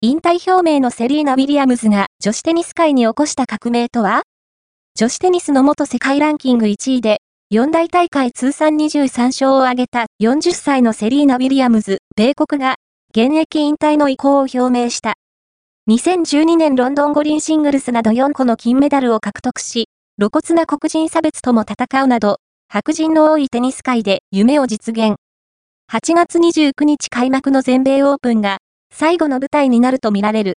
引退表明のセリーナ・ウィリアムズが女子テニス界に起こした革命とは？女子テニスの元世界ランキング1位で、四大大会通算23勝を挙げた40歳のセリーナ・ウィリアムズ、米国が、現役引退の意向を表明した。2012年ロンドン五輪シングルスなど4個の金メダルを獲得し、露骨な黒人差別とも戦うなど、白人の多いテニス界で夢を実現。8月29日開幕の全米オープンが、最後の舞台になるとみられる。